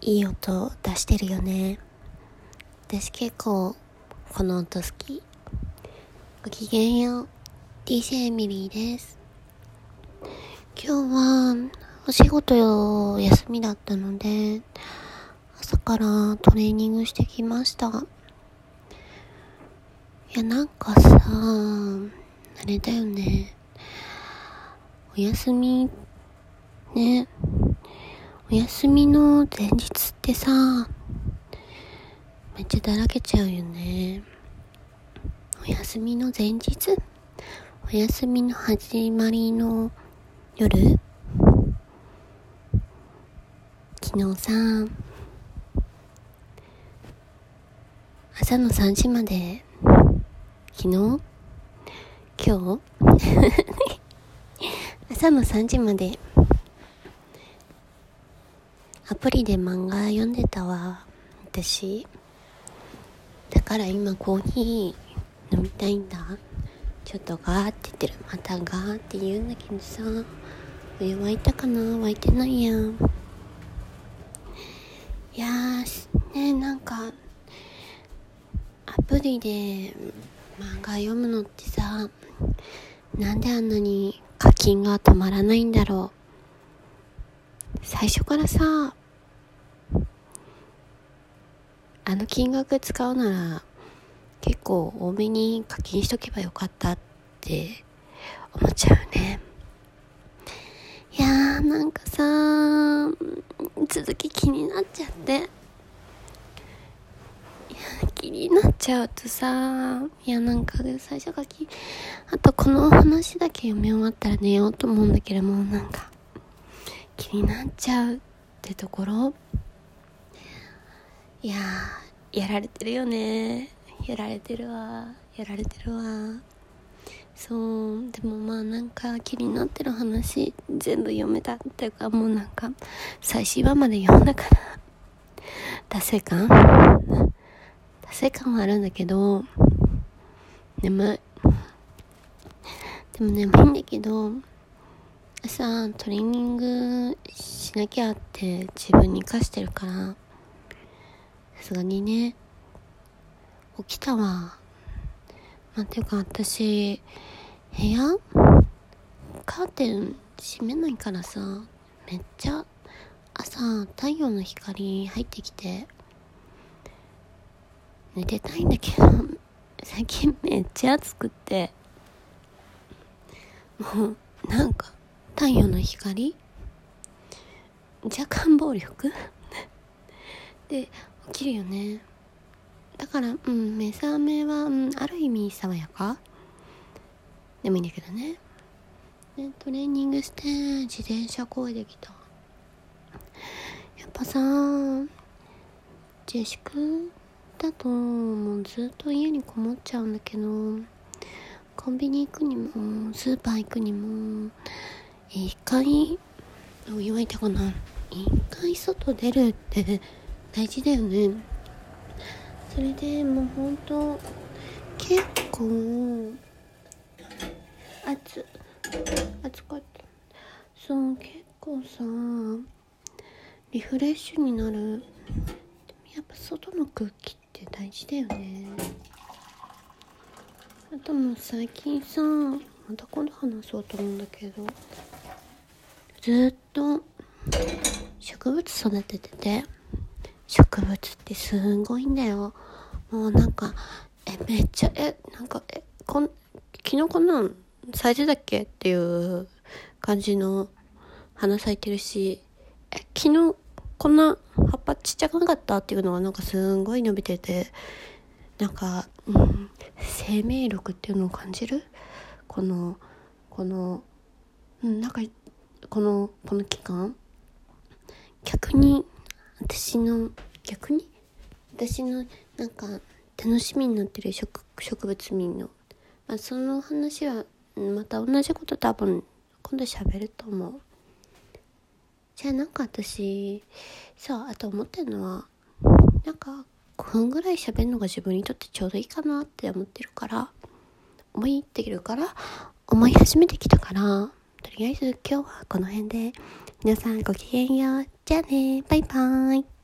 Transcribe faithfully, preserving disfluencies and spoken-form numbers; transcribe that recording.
いい音出してるよね。私結構この音好き。ごきげんよう、 ディージェー エミリーです。今日はお仕事休みだったので朝からトレーニングしてきました。いやなんかさ、あれだよね、お休みねお休みの前日ってさ、めっちゃだらけちゃうよね。お休みの前日、お休みの始まりの夜、昨日さ、朝のさんじまで、昨日今日朝のさんじまでアプリで漫画読んでたわ、私。だから今コーヒー飲みたいんだ。ちょっとガーって言ってる。またガーって言うんだけどさ、お湯沸いたかな？沸いてないやん。いやーね、なんかアプリで漫画読むのってさ、なんであんなに課金が止まらないんだろう。最初からさ、あの金額使うなら結構多めに課金しとけばよかったって思っちゃうね。いやーなんかさ、続き気になっちゃって、いや気になっちゃうとさ、いやなんか最初からきあとこの話だけ読み終わったら寝ようと思うんだけども、なんか気になっちゃうってところ。いやーやられてるよね。やられてるわやられてるわそうでもまあなんか気になってる話全部読めたっていうか、もうなんか最新話まで読んだから達成感達成感はあるんだけど眠い。でも眠いんだけど朝トレーニングしなきゃって自分に課してるから、さすがにね起きたわ。なんていうか私部屋カーテン閉めないからさ、めっちゃ朝太陽の光入ってきて寝てたいんだけど、最近めっちゃ暑くってもうなんか太陽の光若干暴力で起きるよね。だからうん目覚めは、うん、ある意味爽やかでもいいんだけどね。でトレーニングして自転車漕いできた。やっぱさ自粛だともうずっと家にこもっちゃうんだけど、コンビニ行くにもスーパー行くにも一回お湯沸いたかな一回外出るって大事だよね。それでもうほんと結構暑暑かった。そう結構さリフレッシュになる。でもやっぱ外の空気って大事だよね。あともう最近さ、また今度話そうと思うんだけど、ずっと植物育ててて、植物ってすごいんだよ。もうなんかえめっちゃえなんかえこん昨日こんなん咲いてたっけっていう感じの花咲いてるし、え昨日こんな葉っぱちっちゃくなかったっていうのがなんかすんごい伸びてて、なんか、うん、生命力っていうのを感じる。このこの、うん、なんかこのこの期間逆に私の逆に私のなんか楽しみになってる 植, 植物見んの、まあ、その話はまた同じこと多分今度喋ると思う。じゃあなんか私さあと思ってるのは、なんかごふんぐらい喋るのが自分にとってちょうどいいかなって思ってるから思いってるから思い始めてきたから、とりあえず今日はこの辺で皆さんごきげんよう。じゃあね、バイバーイ。